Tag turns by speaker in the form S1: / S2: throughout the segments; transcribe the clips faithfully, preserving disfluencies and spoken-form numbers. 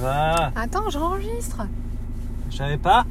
S1: va?
S2: Attends, j'enregistre.
S1: Je savais pas.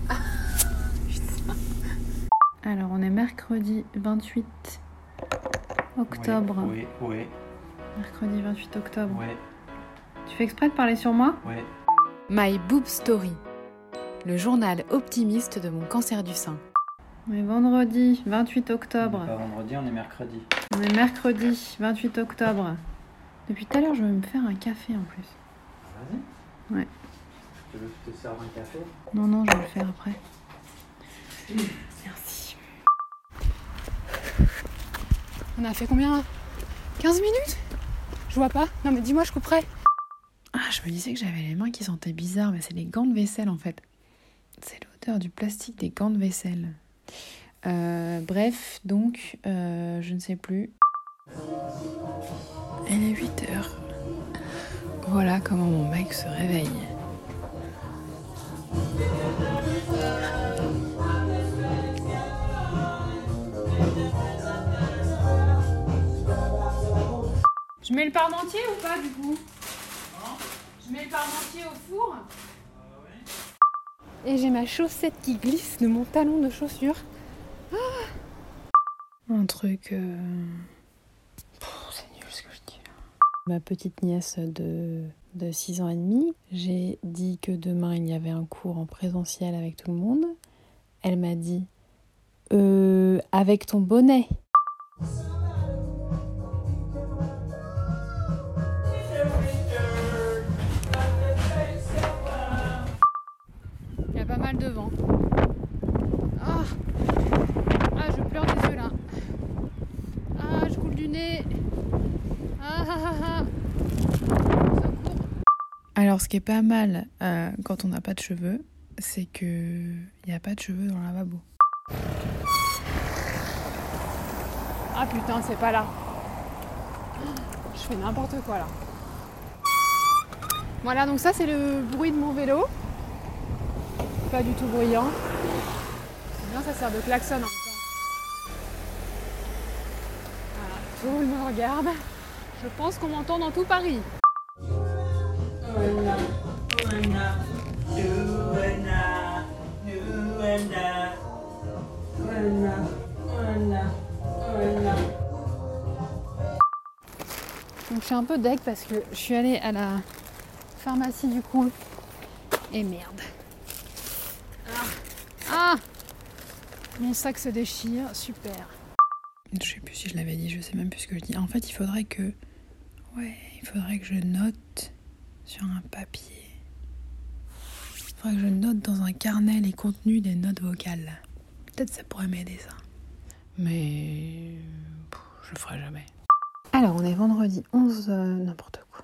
S2: Alors, on est mercredi vingt-huit octobre.
S1: Oui, oui, oui.
S2: Mercredi vingt-huit octobre.
S1: Oui.
S2: Tu fais exprès de parler sur moi?
S1: Oui.
S3: My Boob Story, le journal optimiste de mon cancer du sein.
S2: On est vendredi vingt-huit octobre.
S1: On est pas vendredi, on est mercredi.
S2: On est mercredi vingt-huit octobre. Depuis tout à l'heure, je veux me faire un café en plus.
S1: Vas-y.
S2: Ouais.
S1: Tu veux que je te serve un café?
S2: Non, non, je vais le faire après. Merci.
S3: On a fait combien? quinze minutes? Je vois pas. Non mais dis-moi, je couperai.
S2: Ah, je me disais que j'avais les mains qui sentaient bizarre, mais c'est les gants de vaisselle en fait. C'est l'odeur du plastique des gants de vaisselle. Euh, bref, donc, euh, je ne sais plus. Il est huit heures. Voilà comment mon mec se réveille. Je mets le parmentier ou pas du coup? Je mets le parmentier au four.
S3: Et j'ai ma chaussette qui glisse de mon talon de chaussure.
S2: Ah, un truc... Euh... Pff, c'est nul ce que je dis là. Ma petite nièce de, de six ans et demi, j'ai dit que demain il y avait un cours en présentiel avec tout le monde. Elle m'a dit euh, avec ton bonnet. Il y a pas mal de vent. Ah, ah je pleure des yeux là. Ah, je coule du nez. Ah, ah, ah, ah. Secours. Alors, ce qui est pas mal euh, quand on n'a pas de cheveux, c'est que il n'y a pas de cheveux dans le lavabo.
S3: Ah putain, c'est pas là. Je fais n'importe quoi là. Voilà, donc ça c'est le bruit de mon vélo. Pas du tout bruyant. C'est bien, ça sert de klaxon en même temps. Voilà, tout le monde me regarde. Je pense qu'on m'entend dans tout Paris. Donc je suis un peu deg parce que je suis allée à la pharmacie du coin. Et merde. Ah, ah, mon sac se déchire, super. Je sais plus si je l'avais dit, je sais même plus ce que je dis. En fait, il faudrait que... Ouais, il faudrait que je note sur un papier. Il faudrait que je note dans un carnet les contenus des notes vocales. Peut-être ça pourrait m'aider, ça. Mais... Pff, je le ferai jamais. Alors, on est vendredi onze... Euh, n'importe quoi.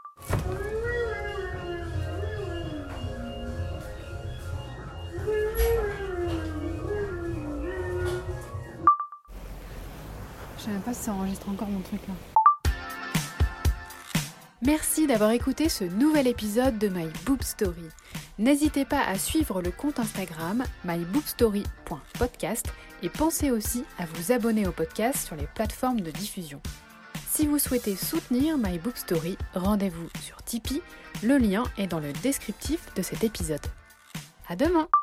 S3: Je sais même pas si ça enregistre encore mon truc là. Merci d'avoir écouté ce nouvel épisode de My Boob Story. N'hésitez pas à suivre le compte Instagram my boob story point podcast et pensez aussi à vous abonner au podcast sur les plateformes de diffusion. Si vous souhaitez soutenir My Boob Story, rendez-vous sur Tipeee, le lien est dans le descriptif de cet épisode. À demain!